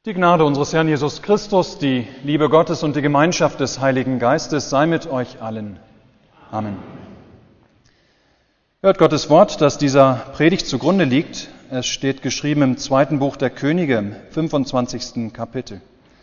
Die Gnade unseres Herrn Jesus Christus, die Liebe Gottes und die Gemeinschaft des Heiligen Geistes sei mit euch allen. Amen. Hört Gottes Wort, das dieser Predigt zugrunde liegt. Es steht geschrieben im 2. Buch der Könige, im 25. Kapitel.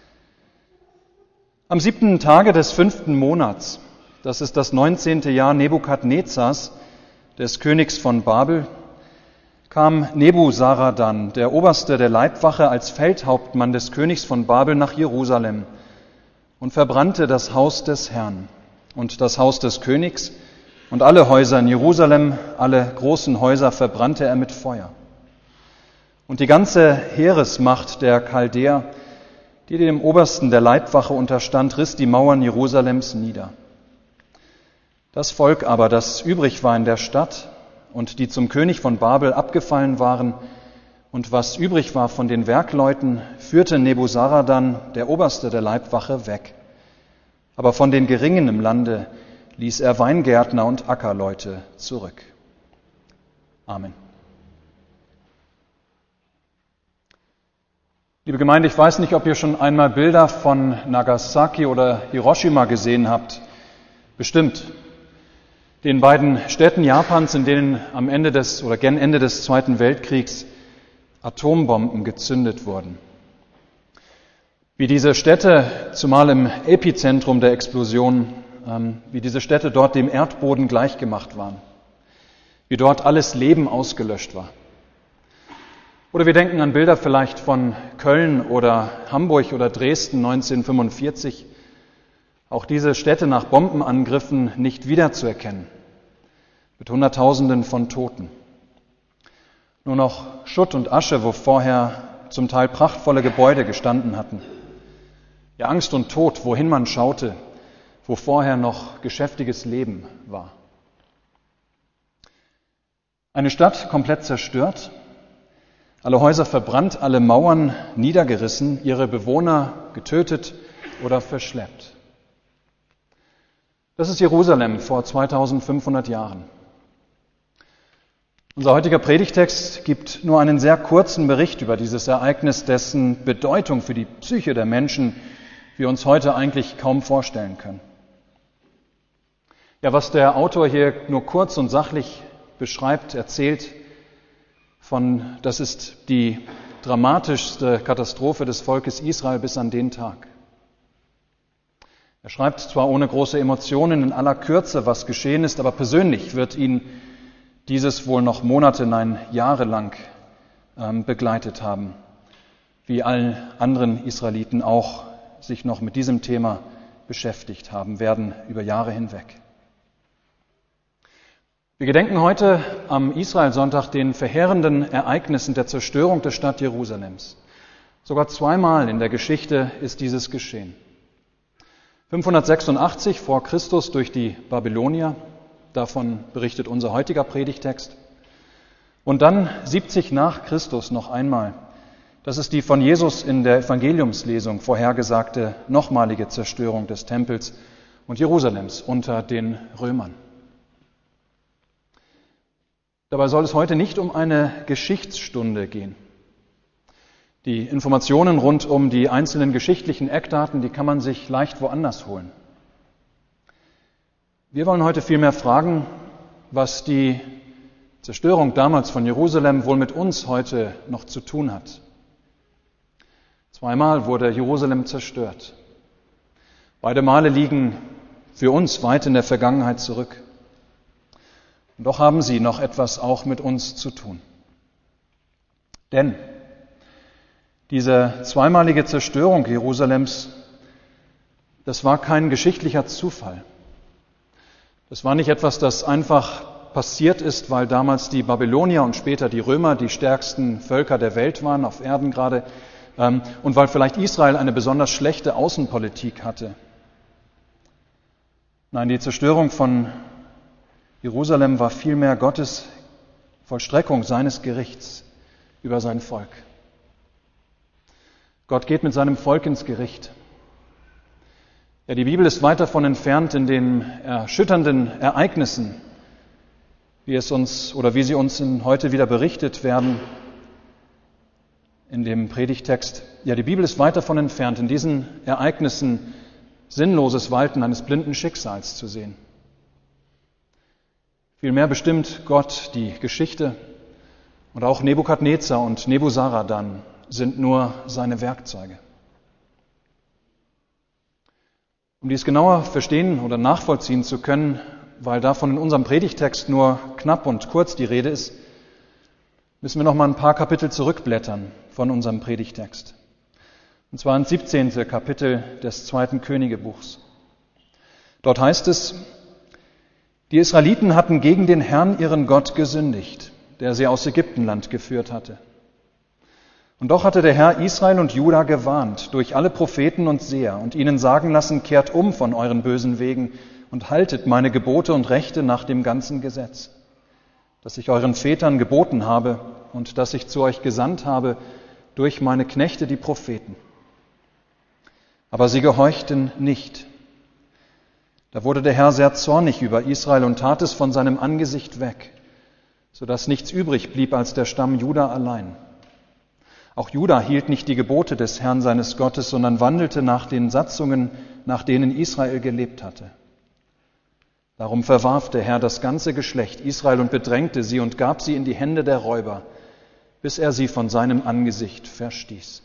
Am 7. Tage des 5. Monats, das ist das 19. Jahr Nebukadnezars, des Königs von Babel, kam Nebuzaradan, der Oberste der Leibwache, als Feldhauptmann des Königs von Babel nach Jerusalem und verbrannte das Haus des Herrn und das Haus des Königs und alle Häuser in Jerusalem, alle großen Häuser verbrannte er mit Feuer. Und die ganze Heeresmacht der Chaldäer, die dem Obersten der Leibwache unterstand, riss die Mauern Jerusalems nieder. Das Volk aber, das übrig war in der Stadt, und die zum König von Babel abgefallen waren, und was übrig war von den Werkleuten, führte Nebuzaradan, der Oberste der Leibwache, weg. Aber von den Geringen im Lande ließ er Weingärtner und Ackerleute zurück. Amen. Liebe Gemeinde, ich weiß nicht, ob ihr schon einmal Bilder von Nagasaki oder Hiroshima gesehen habt. Bestimmt. Den beiden Städten Japans, in denen gen Ende des Zweiten Weltkriegs Atombomben gezündet wurden. Wie diese Städte, zumal im Epizentrum der Explosion, wie diese Städte dort dem Erdboden gleichgemacht waren. Wie dort alles Leben ausgelöscht war. Oder wir denken an Bilder vielleicht von Köln oder Hamburg oder Dresden 1945. Auch diese Städte nach Bombenangriffen nicht wiederzuerkennen, mit Hunderttausenden von Toten. Nur noch Schutt und Asche, wo vorher zum Teil prachtvolle Gebäude gestanden hatten. Ja, Angst und Tod, wohin man schaute, wo vorher noch geschäftiges Leben war. Eine Stadt komplett zerstört, alle Häuser verbrannt, alle Mauern niedergerissen, ihre Bewohner getötet oder verschleppt. Das ist Jerusalem vor 2500 Jahren. Unser heutiger Predigtext gibt nur einen sehr kurzen Bericht über dieses Ereignis, dessen Bedeutung für die Psyche der Menschen wir uns heute eigentlich kaum vorstellen können. Ja, was der Autor hier nur kurz und sachlich beschreibt, erzählt das ist die dramatischste Katastrophe des Volkes Israel bis an den Tag. Er schreibt zwar ohne große Emotionen in aller Kürze, was geschehen ist, aber persönlich wird ihn dieses wohl noch Monate, nein, Jahre lang begleitet haben, wie allen anderen Israeliten auch sich noch mit diesem Thema beschäftigt haben werden über Jahre hinweg. Wir gedenken heute am Israelsonntag den verheerenden Ereignissen der Zerstörung der Stadt Jerusalems. Sogar zweimal in der Geschichte ist dieses geschehen. 586 vor Christus durch die Babylonier, davon berichtet unser heutiger Predigtext. Und dann 70 nach Christus noch einmal. Das ist die von Jesus in der Evangeliumslesung vorhergesagte nochmalige Zerstörung des Tempels und Jerusalems unter den Römern. Dabei soll es heute nicht um eine Geschichtsstunde gehen. Die Informationen rund um die einzelnen geschichtlichen Eckdaten, die kann man sich leicht woanders holen. Wir wollen heute vielmehr fragen, was die Zerstörung damals von Jerusalem wohl mit uns heute noch zu tun hat. Zweimal wurde Jerusalem zerstört. Beide Male liegen für uns weit in der Vergangenheit zurück. Und doch haben sie noch etwas auch mit uns zu tun. Denn diese zweimalige Zerstörung Jerusalems, das war kein geschichtlicher Zufall. Das war nicht etwas, das einfach passiert ist, weil damals die Babylonier und später die Römer die stärksten Völker der Welt waren, auf Erden gerade, und weil vielleicht Israel eine besonders schlechte Außenpolitik hatte. Nein, die Zerstörung von Jerusalem war vielmehr Gottes Vollstreckung seines Gerichts über sein Volk. Gott geht mit seinem Volk ins Gericht. Ja, die Bibel ist weit davon entfernt, in den erschütternden Ereignissen, wie sie uns heute wieder berichtet werden, in dem Predigtext. Ja, die Bibel ist weit davon entfernt, in diesen Ereignissen sinnloses Walten eines blinden Schicksals zu sehen. Vielmehr bestimmt Gott die Geschichte und auch Nebukadnezar und Nebuzaradan sind nur seine Werkzeuge. Um dies genauer verstehen oder nachvollziehen zu können, weil davon in unserem Predigtext nur knapp und kurz die Rede ist, müssen wir noch mal ein paar Kapitel zurückblättern von unserem Predigtext. Und zwar ins 17. Kapitel des 2. Königebuchs. Dort heißt es: Die Israeliten hatten gegen den Herrn, ihren Gott, gesündigt, der sie aus Ägyptenland geführt hatte. Und doch hatte der Herr Israel und Juda gewarnt durch alle Propheten und Seher und ihnen sagen lassen: Kehrt um von euren bösen Wegen und haltet meine Gebote und Rechte nach dem ganzen Gesetz, das ich euren Vätern geboten habe und das ich zu euch gesandt habe durch meine Knechte, die Propheten. Aber sie gehorchten nicht. Da wurde der Herr sehr zornig über Israel und tat es von seinem Angesicht weg, sodass nichts übrig blieb als der Stamm Juda allein. Auch Juda hielt nicht die Gebote des Herrn seines Gottes, sondern wandelte nach den Satzungen, nach denen Israel gelebt hatte. Darum verwarf der Herr das ganze Geschlecht Israel und bedrängte sie und gab sie in die Hände der Räuber, bis er sie von seinem Angesicht verstieß.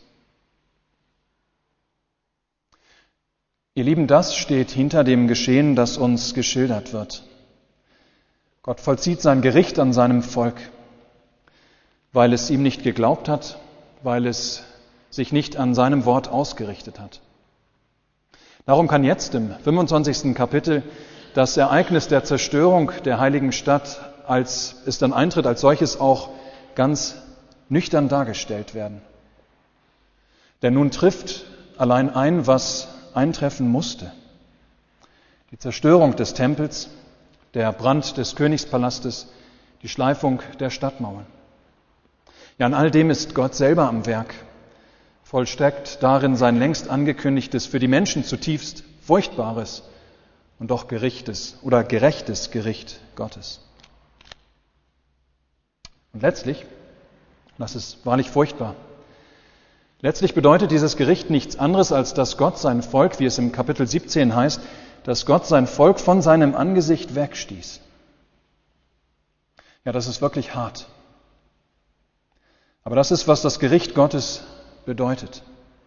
Ihr Lieben, das steht hinter dem Geschehen, das uns geschildert wird. Gott vollzieht sein Gericht an seinem Volk, weil es ihm nicht geglaubt hat, weil es sich nicht an seinem Wort ausgerichtet hat. Darum kann jetzt im 25. Kapitel das Ereignis der Zerstörung der heiligen Stadt, als es dann eintritt, als solches auch ganz nüchtern dargestellt werden. Denn nun trifft allein ein, was eintreffen musste. Die Zerstörung des Tempels, der Brand des Königspalastes, die Schleifung der Stadtmauern. Ja, an all dem ist Gott selber am Werk, vollstreckt darin sein längst angekündigtes, für die Menschen zutiefst furchtbares und doch gerechtes Gericht Gottes. Und letztlich, das ist wahrlich furchtbar, letztlich bedeutet dieses Gericht nichts anderes, als dass Gott sein Volk, wie es im Kapitel 17 heißt, dass Gott sein Volk von seinem Angesicht wegstieß. Ja, das ist wirklich hart. Aber das ist, was das Gericht Gottes bedeutet.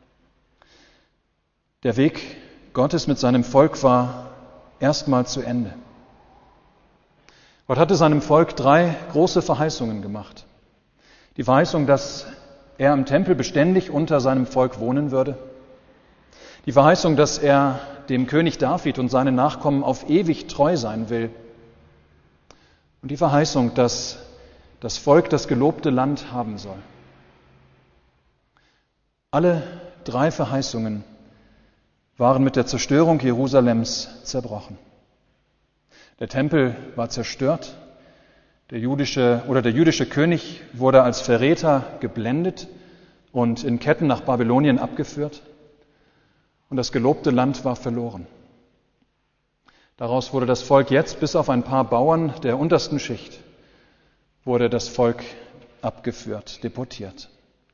Der Weg Gottes mit seinem Volk war erstmal zu Ende. Gott hatte seinem Volk 3 große Verheißungen gemacht. Die Verheißung, dass er im Tempel beständig unter seinem Volk wohnen würde. Die Verheißung, dass er dem König David und seinen Nachkommen auf ewig treu sein will. Und die Verheißung, dass das Volk das gelobte Land haben soll. Alle 3 Verheißungen waren mit der Zerstörung Jerusalems zerbrochen. Der Tempel war zerstört. Der jüdische König wurde als Verräter geblendet und in Ketten nach Babylonien abgeführt. Und das gelobte Land war verloren. Daraus wurde das Volk jetzt, bis auf ein paar Bauern der untersten Schicht, wurde das Volk abgeführt, deportiert.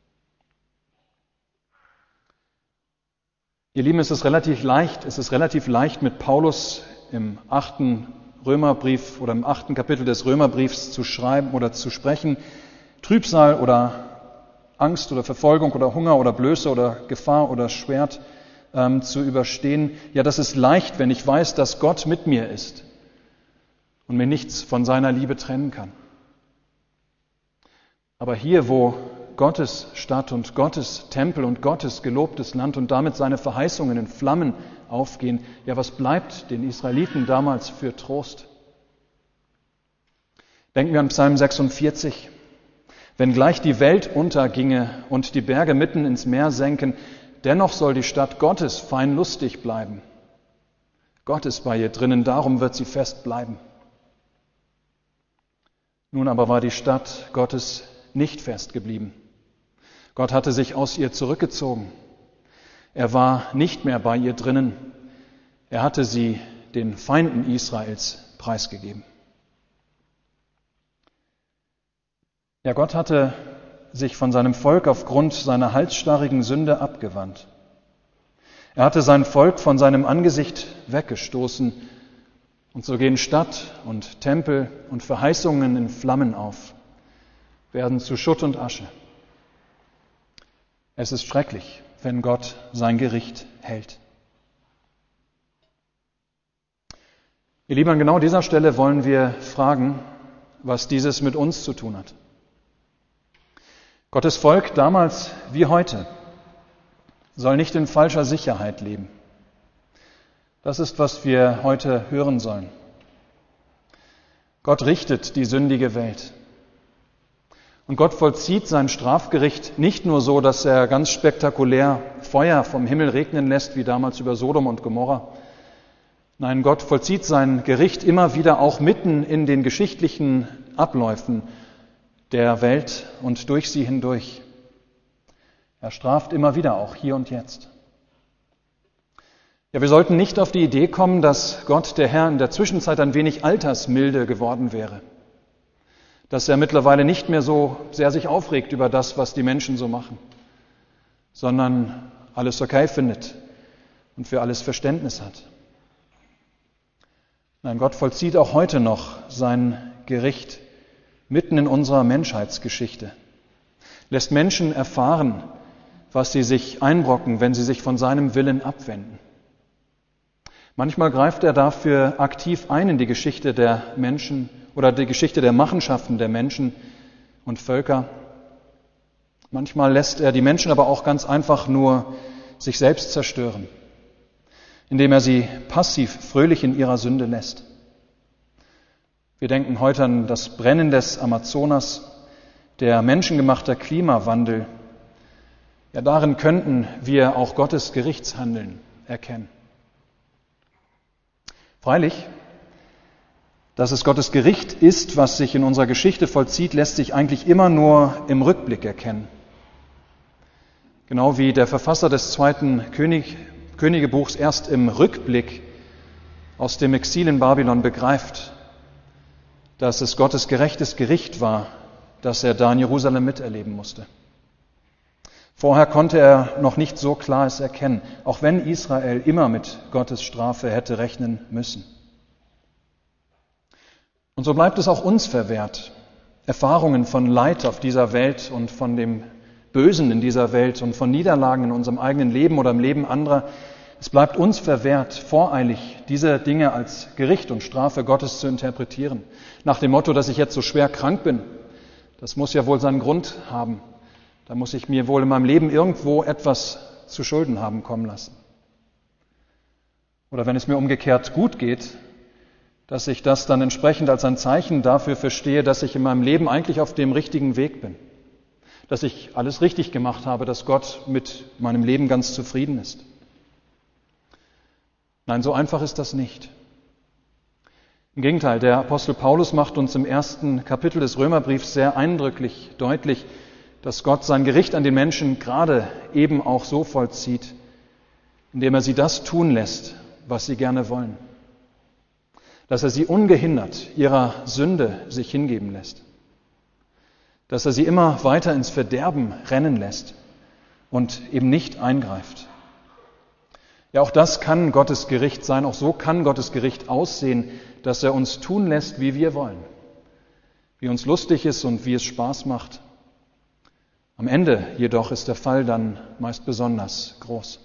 Ihr Lieben, es ist relativ leicht mit Paulus im 8. Römerbrief oder im 8. Kapitel des Römerbriefs zu schreiben oder zu sprechen, Trübsal oder Angst oder Verfolgung oder Hunger oder Blöße oder Gefahr oder Schwert zu überstehen. Ja, das ist leicht, wenn ich weiß, dass Gott mit mir ist und mir nichts von seiner Liebe trennen kann. Aber hier, wo Gottes Stadt und Gottes Tempel und Gottes gelobtes Land und damit seine Verheißungen in Flammen aufgehen, ja, was bleibt den Israeliten damals für Trost? Denken wir an Psalm 46. Wenn gleich die Welt unterginge und die Berge mitten ins Meer senken, dennoch soll die Stadt Gottes fein lustig bleiben. Gott ist bei ihr drinnen, darum wird sie fest bleiben. Nun aber war die Stadt Gottes nicht fest geblieben. Gott hatte sich aus ihr zurückgezogen. Er war nicht mehr bei ihr drinnen. Er hatte sie den Feinden Israels preisgegeben. Ja, Gott hatte sich von seinem Volk aufgrund seiner halsstarrigen Sünde abgewandt. Er hatte sein Volk von seinem Angesicht weggestoßen, und so gehen Stadt und Tempel und Verheißungen in Flammen auf, werden zu Schutt und Asche. Es ist schrecklich, wenn Gott sein Gericht hält. Ihr Lieben, an genau dieser Stelle wollen wir fragen, was dieses mit uns zu tun hat. Gottes Volk damals wie heute soll nicht in falscher Sicherheit leben. Das ist, was wir heute hören sollen. Gott richtet die sündige Welt. Und Gott vollzieht sein Strafgericht nicht nur so, dass er ganz spektakulär Feuer vom Himmel regnen lässt, wie damals über Sodom und Gomorra. Nein, Gott vollzieht sein Gericht immer wieder auch mitten in den geschichtlichen Abläufen der Welt und durch sie hindurch. Er straft immer wieder, auch hier und jetzt. Ja, wir sollten nicht auf die Idee kommen, dass Gott, der Herr, in der Zwischenzeit ein wenig altersmilde geworden wäre. Dass er mittlerweile nicht mehr so sehr sich aufregt über das, was die Menschen so machen, sondern alles okay findet und für alles Verständnis hat. Nein, Gott vollzieht auch heute noch sein Gericht mitten in unserer Menschheitsgeschichte, lässt Menschen erfahren, was sie sich einbrocken, wenn sie sich von seinem Willen abwenden. Manchmal greift er dafür aktiv ein in die Geschichte der Menschen oder die Geschichte der Machenschaften der Menschen und Völker. Manchmal lässt er die Menschen aber auch ganz einfach nur sich selbst zerstören, indem er sie passiv fröhlich in ihrer Sünde lässt. Wir denken heute an das Brennen des Amazonas, der menschengemachte Klimawandel. Ja, darin könnten wir auch Gottes Gerichtshandeln erkennen. Freilich, dass es Gottes Gericht ist, was sich in unserer Geschichte vollzieht, lässt sich eigentlich immer nur im Rückblick erkennen. Genau wie der Verfasser des 2. Königebuchs erst im Rückblick aus dem Exil in Babylon begreift, dass es Gottes gerechtes Gericht war, das er da in Jerusalem miterleben musste. Vorher konnte er noch nicht so klar es erkennen, auch wenn Israel immer mit Gottes Strafe hätte rechnen müssen. Und so bleibt es auch uns verwehrt, Erfahrungen von Leid auf dieser Welt und von dem Bösen in dieser Welt und von Niederlagen in unserem eigenen Leben oder im Leben anderer, es bleibt uns verwehrt, voreilig diese Dinge als Gericht und Strafe Gottes zu interpretieren. Nach dem Motto, dass ich jetzt so schwer krank bin, das muss ja wohl seinen Grund haben. Da muss ich mir wohl in meinem Leben irgendwo etwas zu Schulden haben kommen lassen. Oder wenn es mir umgekehrt gut geht, dass ich das dann entsprechend als ein Zeichen dafür verstehe, dass ich in meinem Leben eigentlich auf dem richtigen Weg bin. Dass ich alles richtig gemacht habe, dass Gott mit meinem Leben ganz zufrieden ist. Nein, so einfach ist das nicht. Im Gegenteil, der Apostel Paulus macht uns im 1. Kapitel des Römerbriefs sehr eindrücklich deutlich, dass Gott sein Gericht an den Menschen gerade eben auch so vollzieht, indem er sie das tun lässt, was sie gerne wollen. Dass er sie ungehindert ihrer Sünde sich hingeben lässt. Dass er sie immer weiter ins Verderben rennen lässt und eben nicht eingreift. Ja, auch das kann Gottes Gericht sein, auch so kann Gottes Gericht aussehen, dass er uns tun lässt, wie wir wollen, wie uns lustig ist und wie es Spaß macht. Am Ende jedoch ist der Fall dann meist besonders groß.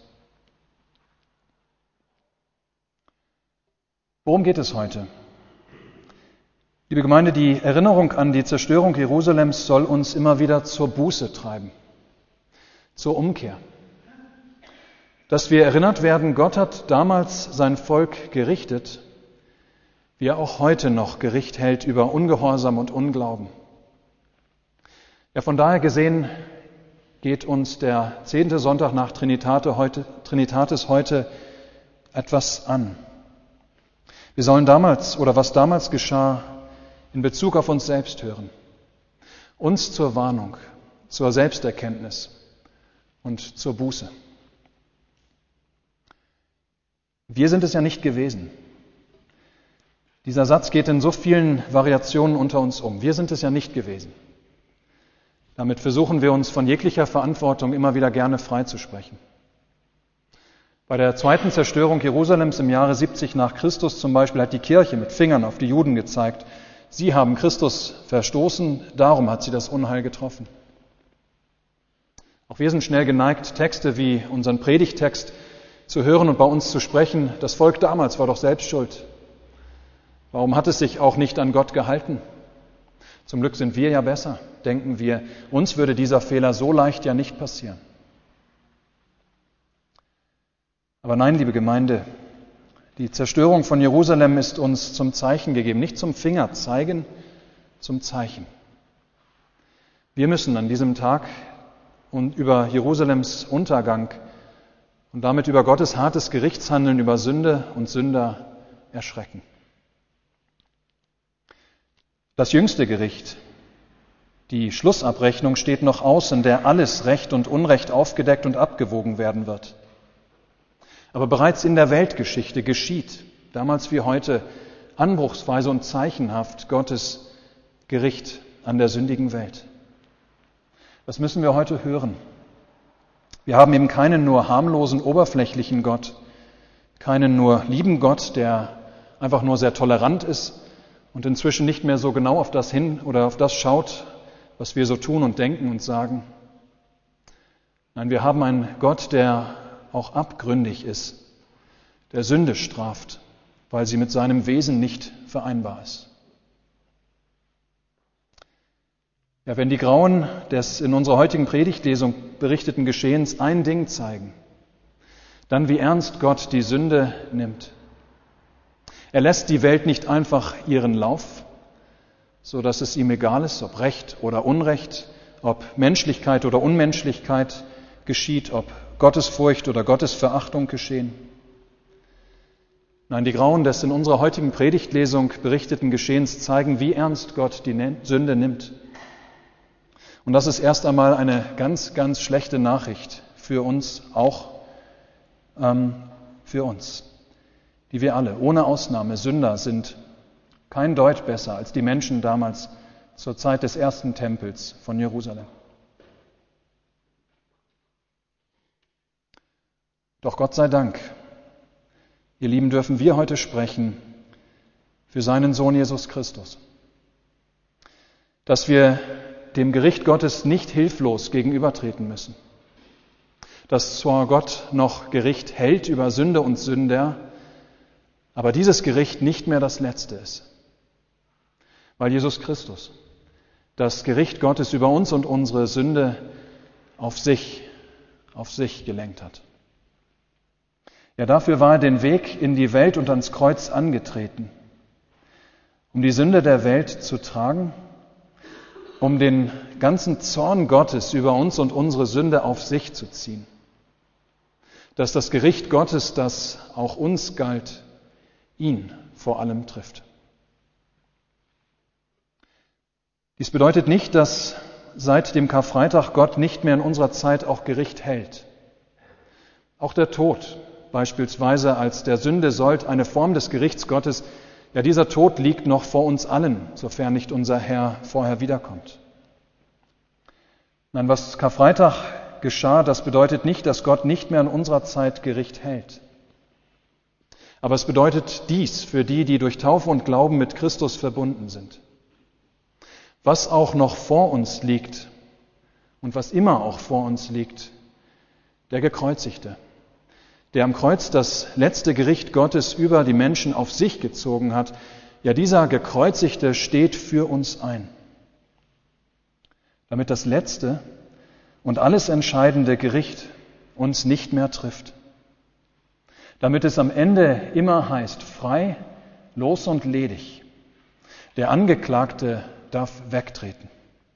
Worum geht es heute? Liebe Gemeinde, die Erinnerung an die Zerstörung Jerusalems soll uns immer wieder zur Buße treiben, zur Umkehr. Dass wir erinnert werden, Gott hat damals sein Volk gerichtet, wie er auch heute noch Gericht hält über Ungehorsam und Unglauben. Ja, von daher gesehen geht uns der 10. Sonntag nach Trinitatis heute etwas an. Wir sollen damals oder was damals geschah in Bezug auf uns selbst hören. Uns zur Warnung, zur Selbsterkenntnis und zur Buße. Wir sind es ja nicht gewesen. Dieser Satz geht in so vielen Variationen unter uns um. Wir sind es ja nicht gewesen. Damit versuchen wir uns von jeglicher Verantwortung immer wieder gerne freizusprechen. Bei der zweiten Zerstörung Jerusalems im Jahre 70 nach Christus zum Beispiel hat die Kirche mit Fingern auf die Juden gezeigt. Sie haben Christus verstoßen, darum hat sie das Unheil getroffen. Auch wir sind schnell geneigt, Texte wie unseren Predigttext zu hören und bei uns zu sprechen. Das Volk damals war doch selbst schuld. Warum hat es sich auch nicht an Gott gehalten? Zum Glück sind wir ja besser, denken wir. Uns würde dieser Fehler so leicht ja nicht passieren. Aber nein, liebe Gemeinde, die Zerstörung von Jerusalem ist uns zum Zeichen gegeben, nicht zum Finger zeigen, zum Zeichen. Wir müssen an diesem Tag und über Jerusalems Untergang und damit über Gottes hartes Gerichtshandeln über Sünde und Sünder erschrecken. Das jüngste Gericht, die Schlussabrechnung, steht noch aus, in der alles Recht und Unrecht aufgedeckt und abgewogen werden wird. Aber bereits in der Weltgeschichte geschieht, damals wie heute, anbruchsweise und zeichenhaft Gottes Gericht an der sündigen Welt. Das müssen wir heute hören. Wir haben eben keinen nur harmlosen, oberflächlichen Gott, keinen nur lieben Gott, der einfach nur sehr tolerant ist und inzwischen nicht mehr so genau auf das hin oder auf das schaut, was wir so tun und denken und sagen. Nein, wir haben einen Gott, der auch abgründig ist, der Sünde straft, weil sie mit seinem Wesen nicht vereinbar ist. Ja, wenn die Grauen des in unserer heutigen Predigtlesung berichteten Geschehens ein Ding zeigen, dann wie ernst Gott die Sünde nimmt. Er lässt die Welt nicht einfach ihren Lauf, so dass es ihm egal ist, ob Recht oder Unrecht, ob Menschlichkeit oder Unmenschlichkeit geschieht, ob Gottesfurcht oder Gottesverachtung geschehen. Nein, die Grauen des in unserer heutigen Predigtlesung berichteten Geschehens zeigen, wie ernst Gott die Sünde nimmt. Und das ist erst einmal eine ganz, ganz schlechte Nachricht für uns, auch für uns, die wir alle, ohne Ausnahme, Sünder sind, kein Deut besser als die Menschen damals zur Zeit des ersten Tempels von Jerusalem. Doch Gott sei Dank, ihr Lieben, dürfen wir heute sprechen für seinen Sohn Jesus Christus, dass wir dem Gericht Gottes nicht hilflos gegenübertreten müssen, dass zwar Gott noch Gericht hält über Sünde und Sünder, aber dieses Gericht nicht mehr das letzte ist, weil Jesus Christus das Gericht Gottes über uns und unsere Sünde auf sich gelenkt hat. Ja, dafür war er den Weg in die Welt und ans Kreuz angetreten, um die Sünde der Welt zu tragen, um den ganzen Zorn Gottes über uns und unsere Sünde auf sich zu ziehen. Dass das Gericht Gottes, das auch uns galt, ihn vor allem trifft. Dies bedeutet nicht, dass seit dem Karfreitag Gott nicht mehr in unserer Zeit auch Gericht hält. Auch der Tod, beispielsweise als der Sünde Sold, eine Form des Gerichts Gottes, ja, dieser Tod liegt noch vor uns allen, sofern nicht unser Herr vorher wiederkommt. Nein, was Karfreitag geschah, das bedeutet nicht, dass Gott nicht mehr in unserer Zeit Gericht hält. Aber es bedeutet dies für die, die durch Taufe und Glauben mit Christus verbunden sind. Was auch noch vor uns liegt und was immer auch vor uns liegt, der Gekreuzigte, der am Kreuz das letzte Gericht Gottes über die Menschen auf sich gezogen hat, ja, dieser Gekreuzigte steht für uns ein, damit das letzte und alles entscheidende Gericht uns nicht mehr trifft, damit es am Ende immer heißt, frei, los und ledig, der Angeklagte darf wegtreten.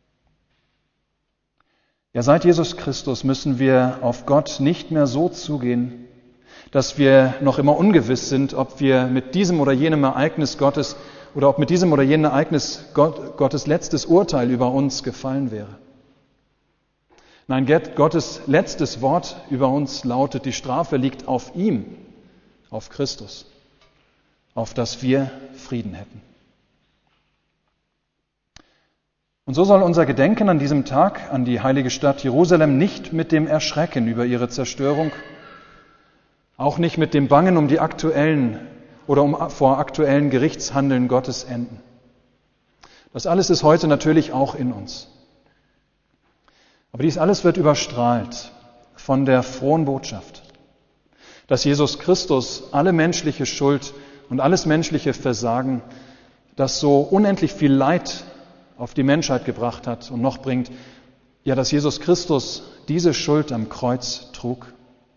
Ja, seit Jesus Christus müssen wir auf Gott nicht mehr so zugehen, dass wir noch immer ungewiss sind, ob wir mit diesem oder jenem Ereignis Gottes oder ob mit diesem oder jenem Ereignis Gottes letztes Urteil über uns gefallen wäre. Nein, Gottes letztes Wort über uns lautet, die Strafe liegt auf ihm, auf Christus, auf dass wir Frieden hätten. Und so soll unser Gedenken an diesem Tag an die heilige Stadt Jerusalem nicht mit dem Erschrecken über ihre Zerstörung, auch nicht mit dem Bangen um die aktuellen oder vor aktuellen Gerichtshandeln Gottes enden. Das alles ist heute natürlich auch in uns. Aber dies alles wird überstrahlt von der frohen Botschaft, dass Jesus Christus alle menschliche Schuld und alles menschliche Versagen, das so unendlich viel Leid auf die Menschheit gebracht hat und noch bringt, ja, dass Jesus Christus diese Schuld am Kreuz trug.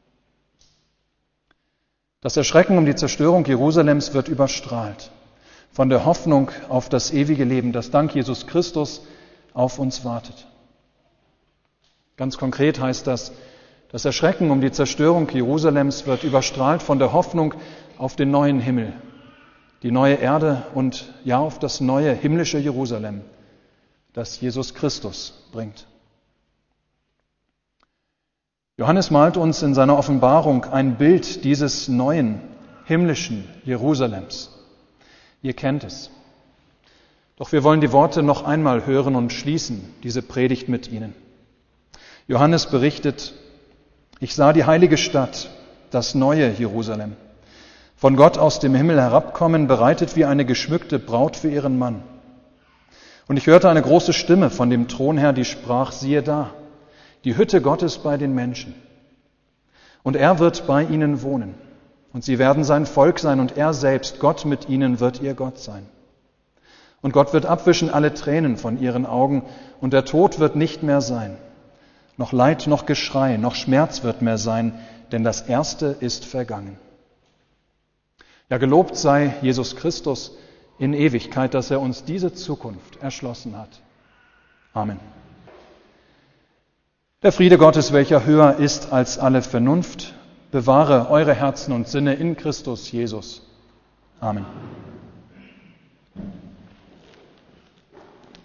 Das Erschrecken um die Zerstörung Jerusalems wird überstrahlt von der Hoffnung auf das ewige Leben, das dank Jesus Christus auf uns wartet. Ganz konkret heißt das, das Erschrecken um die Zerstörung Jerusalems wird überstrahlt von der Hoffnung auf den neuen Himmel, die neue Erde und ja auf das neue himmlische Jerusalem, das Jesus Christus bringt. Johannes malt uns in seiner Offenbarung ein Bild dieses neuen himmlischen Jerusalems. Ihr kennt es. Doch wir wollen die Worte noch einmal hören und schließen diese Predigt mit ihnen. Johannes berichtet: Ich sah die heilige Stadt, das neue Jerusalem, von Gott aus dem Himmel herabkommen, bereitet wie eine geschmückte Braut für ihren Mann. Und ich hörte eine große Stimme von dem Thron her, die sprach: Siehe da, die Hütte Gottes bei den Menschen. Und er wird bei ihnen wohnen. Und sie werden sein Volk sein, und er selbst, Gott mit ihnen, wird ihr Gott sein. Und Gott wird abwischen alle Tränen von ihren Augen, und der Tod wird nicht mehr sein. Noch Leid, noch Geschrei, noch Schmerz wird mehr sein, denn das Erste ist vergangen. Ja, gelobt sei Jesus Christus in Ewigkeit, dass er uns diese Zukunft erschlossen hat. Amen. Der Friede Gottes, welcher höher ist als alle Vernunft, bewahre eure Herzen und Sinne in Christus Jesus. Amen.